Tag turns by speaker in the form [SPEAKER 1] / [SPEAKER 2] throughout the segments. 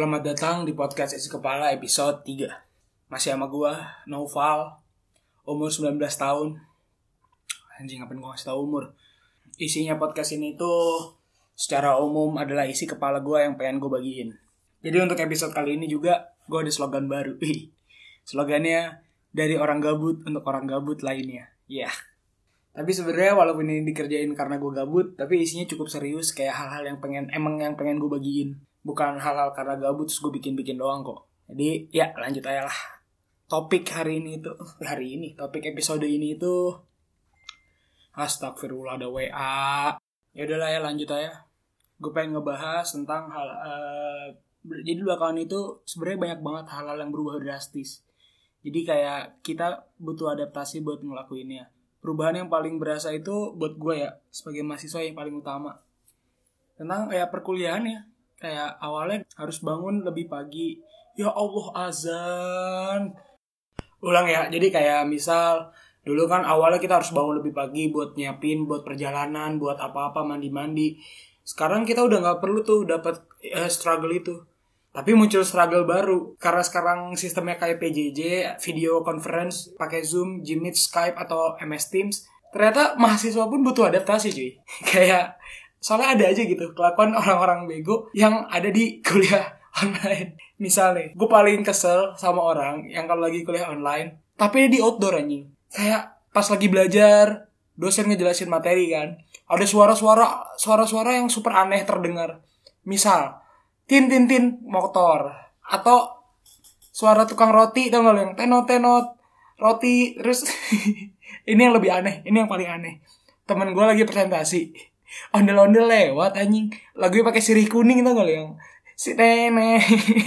[SPEAKER 1] Selamat datang di podcast Isi Kepala episode 3. Masih sama gue, Noval, umur 19 tahun. Anjing, ngapain gue ngasih tau umur? Isinya podcast ini tuh secara umum adalah isi kepala gue yang pengen gue bagiin. Jadi untuk episode kali ini juga gue ada slogan baru. Slogannya dari orang gabut untuk orang gabut lainnya. Ya. Tapi sebenarnya walaupun ini dikerjain karena gue gabut, tapi isinya cukup serius, kayak hal-hal yang pengen gue bagiin. Bukan hal-hal karena gabut terus gue bikin doang kok. Jadi ya lanjut aja lah. Topik topik episode ini itu astagfirullah, ada WA. Ya udahlah ya, lanjut aja. Gue pengen ngebahas tentang jadi belakangan itu sebenarnya banyak banget hal-hal yang berubah drastis. Jadi kayak kita butuh adaptasi buat ngelakuinnya. Perubahan yang paling berasa itu buat gue ya, sebagai mahasiswa yang paling utama, tentang kayak perkuliahan ya. Kayak awalnya harus bangun lebih pagi. Ya Allah, azan. Ulang ya, jadi kayak misal dulu kan awalnya kita harus bangun lebih pagi buat nyiapin, buat perjalanan, buat apa-apa, mandi-mandi. Sekarang kita udah gak perlu tuh dapat struggle itu. Tapi muncul struggle baru. Karena sekarang sistemnya kayak PJJ, video conference, pakai Zoom, Gmeet, Skype, atau MS Teams. Ternyata mahasiswa pun butuh adaptasi cuy. Kayak soalnya ada aja gitu kelakuan orang-orang bego yang ada di kuliah online. Misalnya, gue paling kesel sama orang yang kalau lagi kuliah online, tapi dia di outdoor anjing. Kayak pas lagi belajar, dosen ngejelasin materi kan, ada suara-suara yang super aneh terdengar. Misal, tin motor, atau suara tukang roti, tau gak lo, yang tenot roti. Terus ini yang lebih aneh, ini yang paling aneh. Temen gue lagi presentasi, ondel-ondel lewat anjing, lagunya pakai sirih kuning, tau gak lo, yang si nenek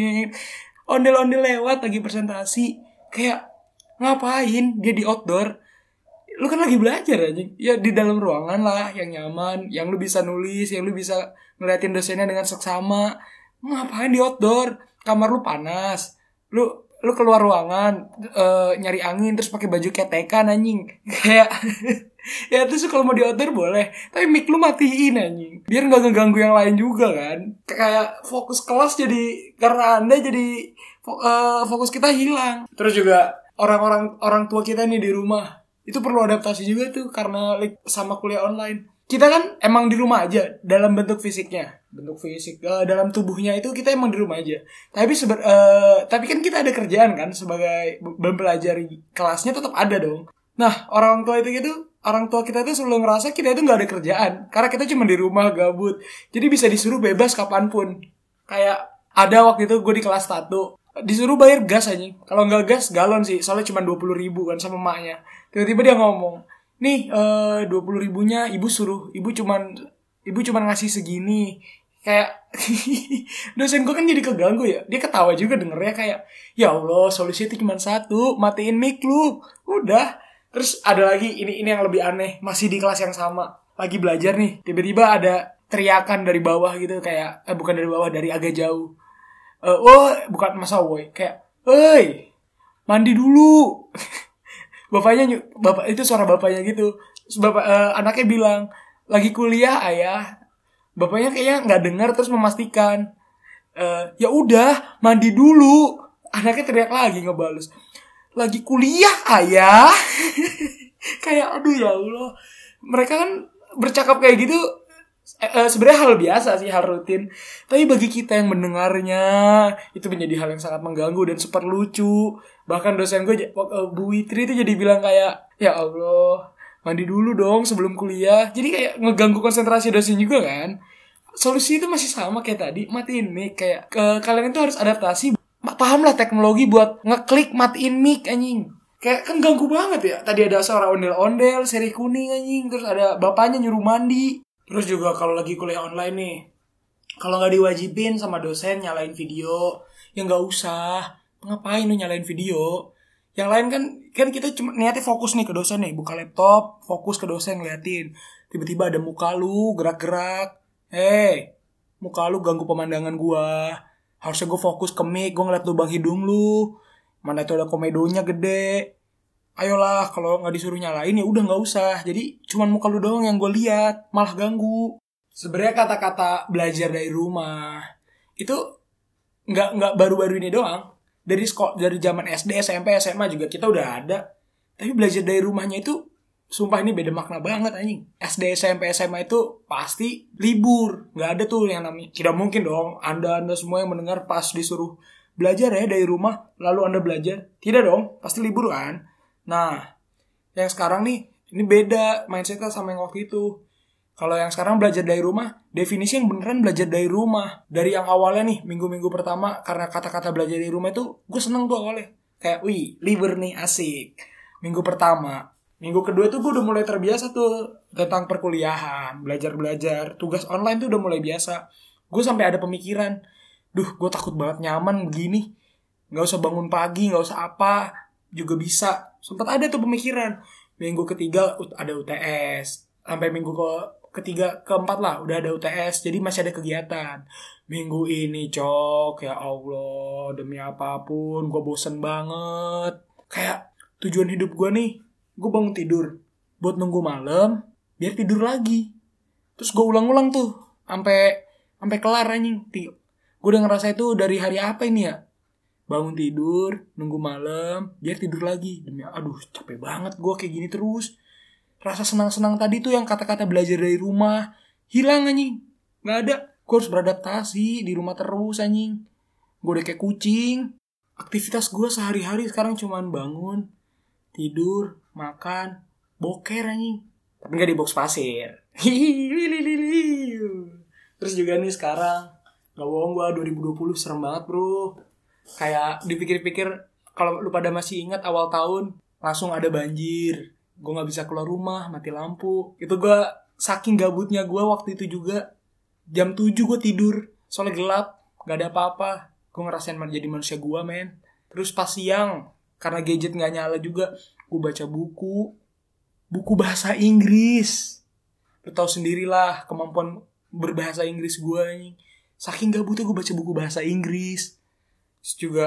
[SPEAKER 1] ondel-ondel lewat lagi presentasi. Kayak ngapain dia di outdoor? Lu kan lagi belajar anjing. Ya di dalam ruangan lah yang nyaman, yang lu bisa nulis, yang lu bisa ngeliatin dosennya dengan seksama. Ngapain di outdoor? Kamar lu panas, lu keluar ruangan nyari angin terus pakai baju ketekan anjing. Kayak ya terus kalau mau di outdoor boleh, tapi mic lu matiin anjing, biar gak ngeganggu yang lain juga kan. Kayak fokus kelas jadi, karena anda jadi fokus kita hilang. Terus juga orang tua kita nih di rumah itu perlu adaptasi juga tuh, karena sama kuliah online. Kita kan emang di rumah aja dalam bentuk fisik dalam tubuhnya itu kita emang di rumah aja. Tapi kan kita ada kerjaan kan sebagai mempelajari, kelasnya tetap ada dong. Nah, orang tua kita itu selalu ngerasa kita itu nggak ada kerjaan karena kita cuma di rumah gabut. Jadi bisa disuruh bebas kapanpun. Kayak ada waktu itu gue di kelas 1 disuruh bayar gas aja. Kalau nggak gas galon sih, soalnya cuma 20.000 kan sama maknya. Tiba-tiba dia ngomong, nih 20.000-nya ibu cuman ngasih segini. Kayak dosen gue kan jadi keganggu ya. Dia ketawa juga dengernya, kayak ya Allah, solusi itu cuma satu, matiin mic lu, udah. Terus ada lagi, ini yang lebih aneh, masih di kelas yang sama, lagi belajar nih, tiba-tiba ada teriakan dari bawah gitu, kayak bukan dari bawah, dari agak jauh. Bukan masa woi, kayak hei, mandi dulu. Bapak itu suara bapaknya gitu. Anaknya bilang, lagi kuliah ayah. Bapaknya kayaknya nggak dengar terus memastikan, ya udah mandi dulu. Anaknya teriak lagi ngebales, lagi kuliah ayah. Kayak aduh ya Allah, mereka kan bercakap kayak gitu sebenarnya hal biasa sih, hal rutin. Tapi bagi kita yang mendengarnya itu menjadi hal yang sangat mengganggu dan super lucu. Bahkan dosen gue, Bu Witri, itu jadi bilang kayak, ya Allah, mandi dulu dong sebelum kuliah. Jadi kayak ngeganggu konsentrasi dosen juga kan. Solusi itu masih sama kayak tadi, matiin mic. Kayak kalian itu harus adaptasi. Paham lah teknologi buat ngeklik matiin mic anjing. Kayak kan ganggu banget ya. Tadi ada suara ondel-ondel, sirih kuning anjing. Terus ada bapaknya nyuruh mandi. Terus juga kalau lagi kuliah online nih, kalau gak diwajibin sama dosen nyalain video, ya gak usah. Ngapain lu nyalain video? Yang lain kan kita cuma niatnya fokus nih ke dosen nih, buka laptop, fokus ke dosen ngeliatin. Tiba-tiba ada muka lu gerak-gerak. Muka lu ganggu pemandangan gua. Harusnya gua fokus ke mic, gua ngeliat lubang hidung lu. Mana itu ada komedonya gede. Ayolah, kalau nggak disuruh nyalain ya udah nggak usah. Jadi cuman muka lu doang yang gue lihat, malah ganggu. Sebenarnya kata-kata belajar dari rumah itu nggak baru-baru ini doang. Dari zaman SD, SMP, SMA juga kita udah ada. Tapi belajar dari rumahnya itu sumpah ini beda makna banget anjing. SD, SMP, SMA itu pasti libur. Nggak ada tuh yang namanya. Tidak mungkin dong Anda semua yang mendengar pas disuruh belajar ya dari rumah lalu Anda belajar. Tidak dong, pasti libur kan. Nah, yang sekarang nih ini beda mindsetnya sama yang waktu itu. Kalau yang sekarang belajar dari rumah, definisi yang beneran belajar dari rumah. Dari yang awalnya nih, minggu-minggu pertama, karena kata-kata belajar dari rumah itu, gue seneng tuh awalnya. Kayak, wih, libur nih, asik. Minggu pertama. Minggu kedua tuh gue udah mulai terbiasa tuh tentang perkuliahan, belajar-belajar. Tugas online tuh udah mulai biasa. Gue sampai ada pemikiran, gue takut banget nyaman begini. Gak usah bangun pagi, gak usah apa, juga bisa. Sempat ada tuh pemikiran. Minggu ketiga ada UTS. Sampai minggu ketiga, keempat lah udah ada UTS, jadi masih ada kegiatan. Minggu ini cok, ya Allah, demi apapun gue bosen banget. Kayak tujuan hidup gue nih, gue bangun tidur buat nunggu malam biar tidur lagi. Terus gue ulang-ulang tuh sampai kelar anjing. Gue udah ngerasa itu dari hari apa ini ya? Bangun tidur, nunggu malam biar tidur lagi. Demi aduh capek banget gue kayak gini terus. Rasa senang-senang tadi tuh yang kata-kata belajar dari rumah hilang anjing. Gak ada. Gue harus beradaptasi di rumah terus anjing. Gue udah kayak kucing. Aktivitas gue sehari-hari sekarang cuman bangun, tidur, makan, boker anjing. Tapi gak di box pasir. Terus juga nih sekarang, gak bohong gue 2020 serem banget bro. Kayak dipikir-pikir kalau lu pada masih ingat awal tahun langsung ada banjir. Gue gak bisa keluar rumah, mati lampu. Itu gue saking gabutnya gue waktu itu juga. Jam 7 gue tidur. Soalnya gelap, gak ada apa-apa. Gue ngerasain jadi manusia gue men. Terus pas siang, karena gadget gak nyala juga, gue baca buku. Buku bahasa Inggris. Lu tau sendirilah kemampuan berbahasa Inggris gue nih. Saking gabutnya gue baca buku bahasa Inggris. Terus juga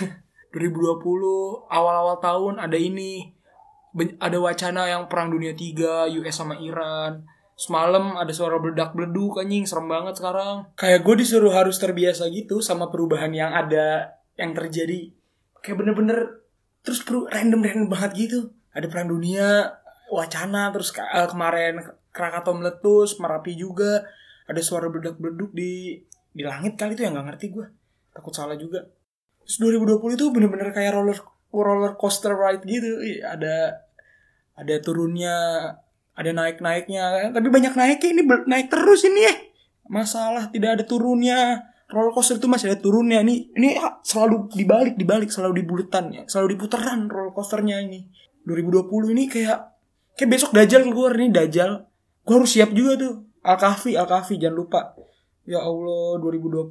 [SPEAKER 1] 2020 awal-awal tahun ada ini. Ada wacana yang perang dunia 3 US sama Iran. Semalam ada suara beledak-beleduk anjing, serem banget sekarang. Kayak gue disuruh harus terbiasa gitu sama perubahan yang ada, yang terjadi. Kayak bener-bener terus random banget gitu. Ada perang dunia, wacana, terus kemarin Krakatau meletus, Merapi juga. Ada suara beledak-beleduk di langit kali itu yang gak ngerti gue. Takut salah juga. Terus 2020 itu bener-bener kayak roller coaster ride gitu. Ada turunnya, ada naik-naiknya. Tapi banyak naiknya, ini naik terus ini ya. Masalah tidak ada turunnya. Roller coaster itu masih ada turunnya. Ini selalu dibalik, selalu di buletannya, selalu di putaran roller coasternya ini. 2020 ini kayak besok Dajjal keluar nih, Dajjal. Gue harus siap juga tuh. Al-Kahfi jangan lupa. Ya Allah, 2020.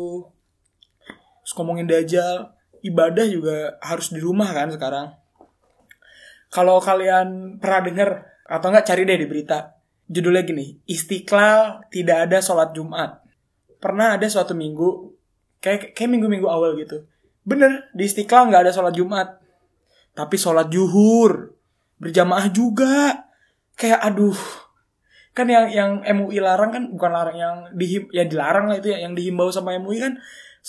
[SPEAKER 1] Terus ngomongin Dajjal, ibadah juga harus di rumah kan sekarang. Kalau kalian pernah dengar atau enggak cari deh di berita. Judulnya gini, Istiqlal tidak ada sholat Jumat. Pernah ada suatu minggu, kayak minggu-minggu awal gitu. Bener, di Istiqlal gak ada sholat Jumat. Tapi sholat zuhur. Berjamaah juga. Kayak aduh. Kan yang MUI larang kan, bukan larang, yang dilarang lah itu ya. Yang dihimbau sama MUI kan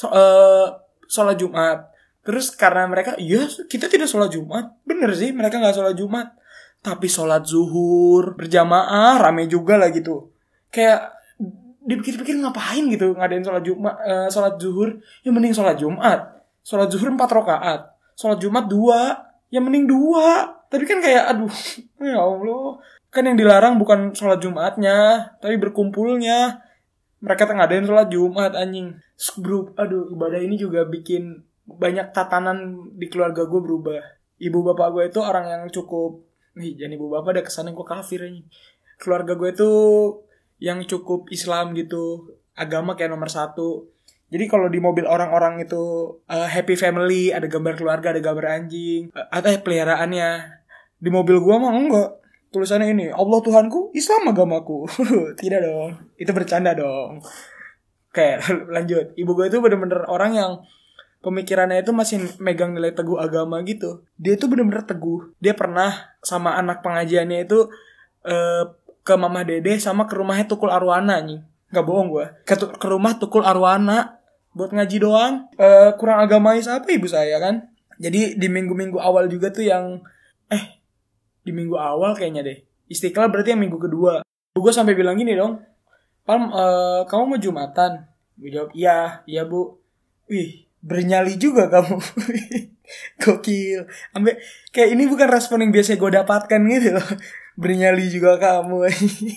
[SPEAKER 1] sholat Jumat. Terus karena mereka, kita tidak sholat Jumat. Bener sih, mereka gak sholat Jumat. Tapi sholat zuhur, berjamaah, rame juga lah gitu. Kayak, dipikir-pikir ngapain gitu, ngadain sholat zuhur. Yang mending sholat Jumat. Sholat zuhur 4 rakaat. Sholat Jumat 2. Yang mending 2. Tapi kan kayak, aduh, ya Allah. Kan yang dilarang bukan sholat Jumatnya, tapi berkumpulnya. Mereka ngadain sholat Jumat, anjing. Bro, aduh, ibadah ini juga bikin banyak tatanan di keluarga gue berubah. Ibu bapak gue itu orang yang cukup, jangan ibu bapak ada kesannya gue kafir aja. Keluarga gue itu yang cukup Islam gitu, agama kayak nomor 1. Jadi kalau di mobil orang-orang itu happy family, ada gambar keluarga, ada gambar anjing, atau peliharaannya. Di mobil gue mah enggak. Tulisannya ini, Allah Tuhanku, Islam agamaku. Tidak dong, itu bercanda dong. Oke, lanjut. Ibu gue itu bener-bener orang yang pemikirannya itu masih megang nilai teguh agama gitu. Dia itu bener-bener teguh. Dia pernah sama anak pengajiannya itu ke Mamah Dede sama ke rumahnya Tukul Arwana nih. Gak bohong gue. Ke rumah Tukul Arwana buat ngaji doang. Kurang agamais apa ibu saya kan. Jadi di minggu-minggu awal juga tuh yang di minggu awal kayaknya deh. Istiqlal berarti yang minggu kedua. Gue sampai bilang gini dong, Palm, kamu mau Jumatan? Gue jawab, iya bu. Wih, bernyali juga kamu. Gokil. Sampai kayak ini bukan respon yang biasa gue dapatkan gitu loh. Bernyali juga kamu.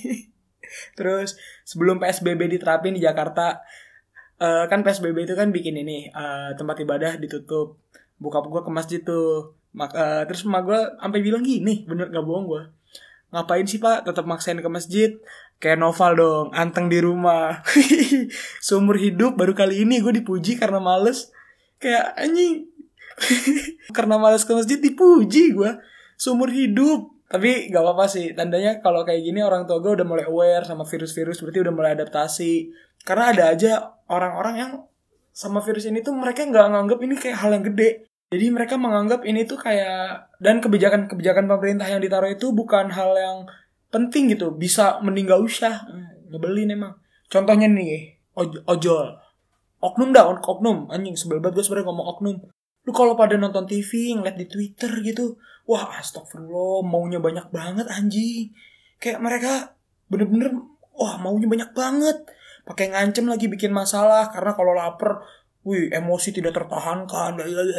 [SPEAKER 1] Terus sebelum PSBB diterapin di Jakarta, kan PSBB itu kan bikin ini tempat ibadah ditutup. Bokap gue ke masjid tuh. Terus emak gue sampai bilang gini, bener gak bohong gue, ngapain sih pak tetap maksain ke masjid? Kayak Noval dong, anteng di rumah. Seumur hidup baru kali ini gue dipuji karena males. Kayak anjing. Karena males ke masjid dipuji gue seumur hidup. Tapi gak apa-apa sih, tandanya kalau kayak gini orang tua gue udah mulai aware sama virus-virus, berarti udah mulai adaptasi. Karena ada aja orang-orang yang sama virus ini tuh mereka gak nganggap ini kayak hal yang gede. Jadi mereka menganggap ini tuh kayak, dan kebijakan pemerintah yang ditaruh itu bukan hal yang penting gitu. Bisa mending gak usah. Nyebelin emang. Contohnya nih, ojol. Oknum dah, oknum. Anjing, sebel banget gue sebenernya ngomong oknum. Lu kalau pada nonton TV, ngeliat di Twitter gitu, wah astagfirullah, maunya banyak banget anjing. Kayak mereka bener-bener, wah maunya banyak banget. Pakai ngancem lagi bikin masalah, karena kalau lapar, wih, emosi tidak tertahankan.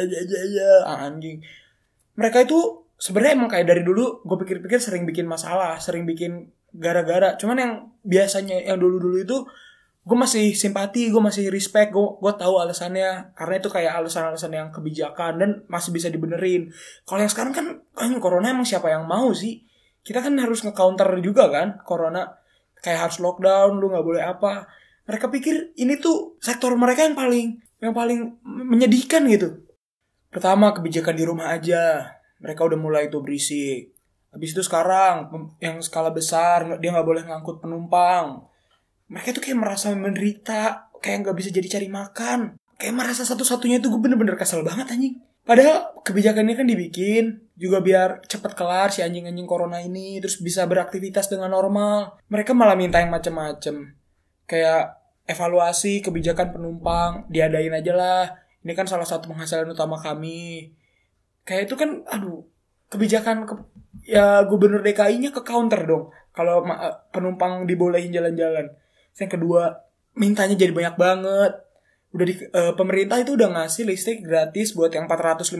[SPEAKER 1] Anjing. Mereka itu sebenarnya emang kayak dari dulu gue pikir-pikir sering bikin masalah, sering bikin gara-gara. Cuman yang biasanya yang dulu-dulu itu gue masih simpati, gue masih respect, gue tahu alasannya karena itu kayak alasan-alasan yang kebijakan dan masih bisa dibenerin. Kalau yang sekarang kan corona emang siapa yang mau sih? Kita kan harus nge-counter juga kan corona, kayak harus lockdown, lu nggak boleh apa. Mereka pikir ini tuh sektor mereka yang paling menyedihkan gitu. Pertama, kebijakan di rumah aja. Mereka udah mulai tuh berisik. Habis itu sekarang, yang skala besar, dia gak boleh ngangkut penumpang. Mereka tuh kayak merasa menderita. Kayak gak bisa jadi cari makan. Kayak merasa satu-satunya itu gue bener-bener kesel banget anjing. Padahal kebijakan ini kan dibikin juga biar cepet kelar si anjing-anjing corona ini. Terus bisa beraktivitas dengan normal. Mereka malah minta yang macem-macem. Kayak evaluasi kebijakan penumpang diadain aja lah. Ini kan salah satu penghasilan utama kami. Kayak itu kan, kebijakan ya gubernur DKI-nya ke counter dong. Kalau penumpang dibolehin jalan-jalan. Yang kedua, mintanya jadi banyak banget. Udah pemerintah itu udah ngasih listrik gratis buat yang 450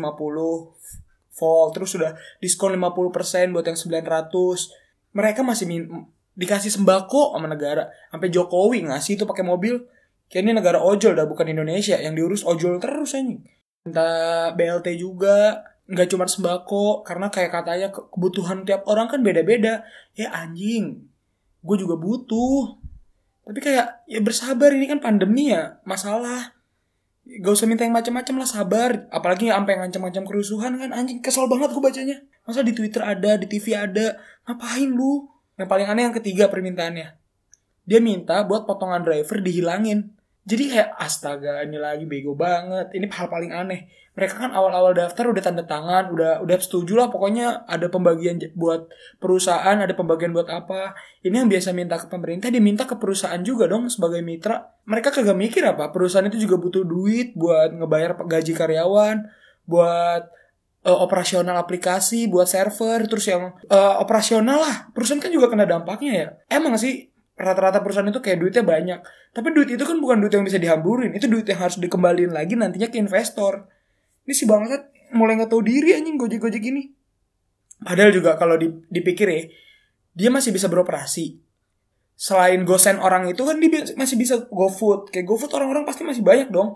[SPEAKER 1] volt. Terus udah diskon 50% buat yang 900. Mereka masih dikasih sembako sama negara. Sampai Jokowi ngasih itu pakai mobil. Kayak ini negara ojol dah, bukan Indonesia. Yang diurus ojol terus anjing. Minta BLT juga. Nggak cuma sembako. Karena kayak katanya kebutuhan tiap orang kan beda-beda. Ya anjing, gue juga butuh. Tapi kayak ya bersabar, ini kan pandemi ya. Masalah. Gak usah minta yang macam-macam lah, sabar. Apalagi sampai ngancam-ngancam kerusuhan kan. Anjing, kesel banget gue bacanya. Masa di Twitter ada, di TV ada. Ngapain lu? Yang paling aneh yang ketiga permintaannya. Dia minta buat potongan driver dihilangin. Jadi kayak astaga, ini lagi bego banget. Ini hal paling aneh. Mereka kan awal-awal daftar udah tanda tangan, udah setuju lah, pokoknya ada pembagian buat perusahaan, ada pembagian buat apa. Ini yang biasa minta ke pemerintah, dia minta ke perusahaan juga dong sebagai mitra. Mereka kagak mikir apa, perusahaan itu juga butuh duit buat ngebayar gaji karyawan, buat operasional aplikasi, buat server, terus yang operasional lah. Perusahaan kan juga kena dampaknya ya. Emang sih rata-rata perusahaan itu kayak duitnya banyak. Tapi duit itu kan bukan duit yang bisa dihamburin. Itu duit yang harus dikembaliin lagi nantinya ke investor. Ini si bangsat mulai gak tahu diri anjing Gojek-Gojek ini. Padahal juga kalau dipikir ya, dia masih bisa beroperasi. Selain gosen orang itu kan dia masih bisa GoFood. Kayak GoFood orang-orang pasti masih banyak dong.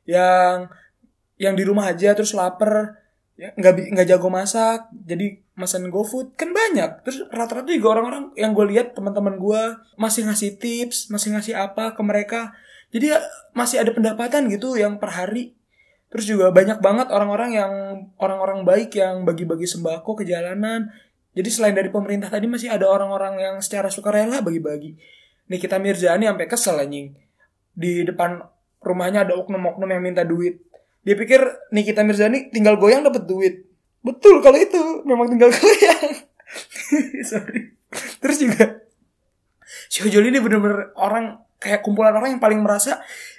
[SPEAKER 1] Yang di rumah aja terus lapar, ya, nggak jago masak, jadi mesen GoFood kan banyak. Terus rata-rata juga orang-orang yang gue lihat, teman-teman gue masih ngasih tips, masih ngasih apa ke mereka. Jadi ya, masih ada pendapatan gitu yang per hari. Terus juga banyak banget orang-orang baik yang bagi-bagi sembako ke jalanan. Jadi selain dari pemerintah tadi masih ada orang-orang yang secara sukarela bagi-bagi. Nikita Mirzani sampai kesel anjing. Di depan rumahnya ada oknum-oknum yang minta duit. Dia pikir Nikita Mirzani tinggal goyang dapat duit. Betul kalau itu memang tinggal goyang. Sorry. Terus juga si ojol ini bener-bener orang, kayak kumpulan orang yang paling merasa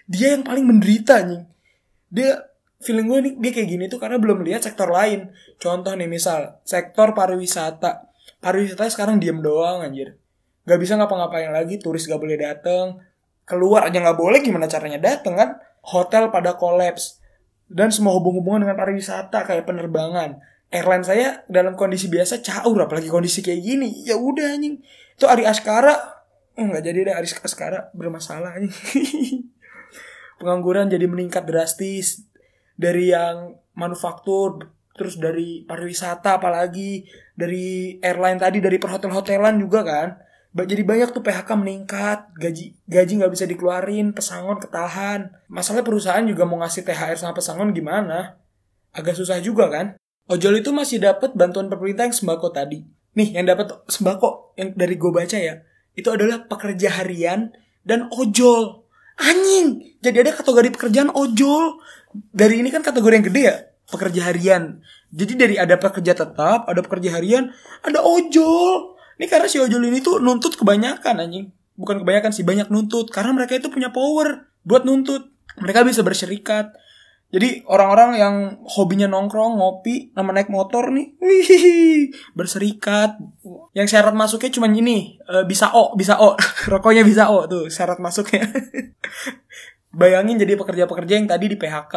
[SPEAKER 1] Dia yang paling menderita anjing. Dia feeling gue nih dia kayak gini tuh karena belum lihat sektor lain. Contoh nih misal sektor pariwisata. Pariwisata sekarang diem doang anjir. Gak bisa ngapa-ngapain lagi, turis gak boleh dateng. Keluar aja gak boleh, gimana caranya dateng kan? Hotel pada kolaps. Dan semua hubung-hubungan dengan pariwisata kayak penerbangan. Airline saya dalam kondisi biasa caur, apalagi kondisi kayak gini. Ya udah anjing. Itu Ari Askara nggak jadi deh, Ari Askara bermasalah anjing. Pengangguran jadi meningkat drastis. Dari yang manufaktur, terus dari pariwisata apalagi, dari airline tadi, dari perhotel-hotelan juga kan. Jadi banyak tuh PHK meningkat, gaji nggak bisa dikeluarin, pesangon ketahan. Masalah perusahaan juga mau ngasih THR sama pesangon gimana? Agak susah juga kan? Ojol itu masih dapat bantuan pemerintah yang sembako tadi. Nih, yang dapat sembako yang dari gue baca ya, itu adalah pekerja harian dan ojol. Anjing, jadi ada kategori pekerjaan ojol. Dari ini kan kategori yang gede ya, pekerja harian. Jadi dari ada pekerja tetap, ada pekerja harian, ada ojol. Ini karena si ojol ini tuh nuntut kebanyakan anjing. Bukan kebanyakan sih, banyak nuntut. Karena mereka itu punya power buat nuntut. Mereka bisa berserikat. Jadi orang-orang yang hobinya nongkrong, ngopi, sama naik motor nih, berserikat. Yang syarat masuknya cuma ini, bisa O. Rokoknya bisa O tuh syarat masuknya. Bayangin jadi pekerja-pekerja yang tadi di PHK.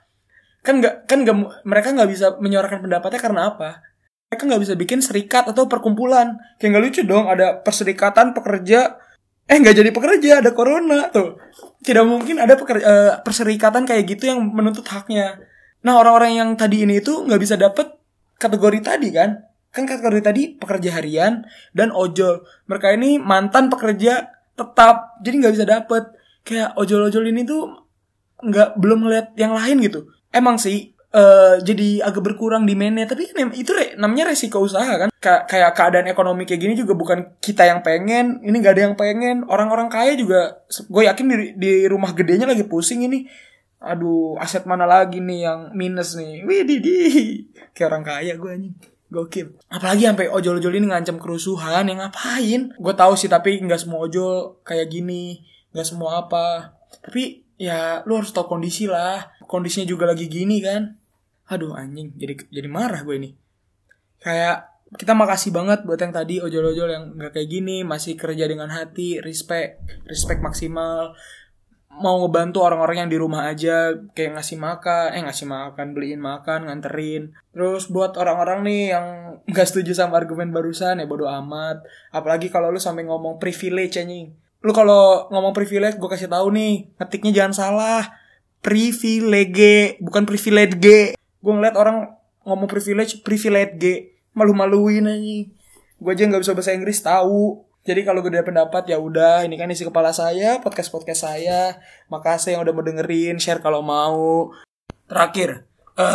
[SPEAKER 1] Mereka nggak bisa menyuarakan pendapatnya karena apa? Mereka nggak bisa bikin serikat atau perkumpulan. Kayak nggak lucu dong, ada perserikatan pekerja, nggak jadi pekerja, ada corona tuh. Tidak mungkin ada perserikatan kayak gitu yang menuntut haknya. Nah orang-orang yang tadi ini itu nggak bisa dapet kategori tadi kan? Kan kategori tadi pekerja harian dan ojol. Mereka ini mantan pekerja tetap, jadi nggak bisa dapet. Kayak ojol-ojol ini tuh belum ngeliat yang lain gitu. Emang sih jadi agak berkurang demand-nya, tapi kan itu namanya resiko usaha kan. Kayak keadaan ekonomi kayak gini juga bukan kita yang pengen, ini gak ada yang pengen. Orang-orang kaya juga gue yakin di rumah gedenya lagi pusing ini. Aduh, aset mana lagi nih yang minus nih. Widih, kayak orang kaya gue anjing. Gokil. Apalagi sampai ojol-ojol ini ngancam kerusuhan, yang ngapain? Gue tahu sih, tapi gak semua ojol kayak gini, gak semua apa. Tapi ya lu harus tahu kondisi lah. Kondisinya juga lagi gini kan. Aduh anjing, jadi marah gue ini. Kayak kita makasih banget buat yang tadi ojol-ojol yang gak kayak gini, masih kerja dengan hati, respect maksimal, mau ngebantu orang-orang yang di rumah aja, kayak ngasih makan, beliin makan, nganterin. Terus buat orang-orang nih yang gak setuju sama argumen barusan, ya bodo amat. Apalagi kalau lu sampai ngomong privilege anjing. Lu kalau ngomong privilege, gue kasih tahu nih, ngetiknya jangan salah. Privilege, bukan privilege. Gue ngeliat orang ngomong privilege G, malu-maluin aja. Gue aja nggak bisa bahasa Inggris tahu. Jadi kalau gue ada pendapat ya udah, ini kan isi kepala saya, podcast saya. Makasih yang udah mau dengerin, share kalau mau. Terakhir,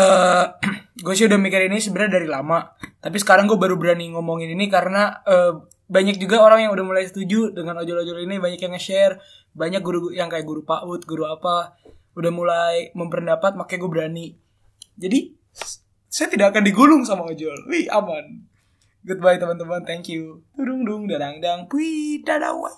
[SPEAKER 1] gue sih udah mikir ini sebenarnya dari lama. Tapi sekarang gue baru berani ngomongin ini karena banyak juga orang yang udah mulai setuju dengan ojol-ojol ini, banyak yang nge-share, banyak guru yang kayak guru PAUD, guru apa, udah mulai memperpendapat, makanya gue berani. Jadi saya tidak akan digulung sama ojol. Wih, aman. Goodbye teman-teman, thank you. Tudung dung dadang dang, pui dadawai.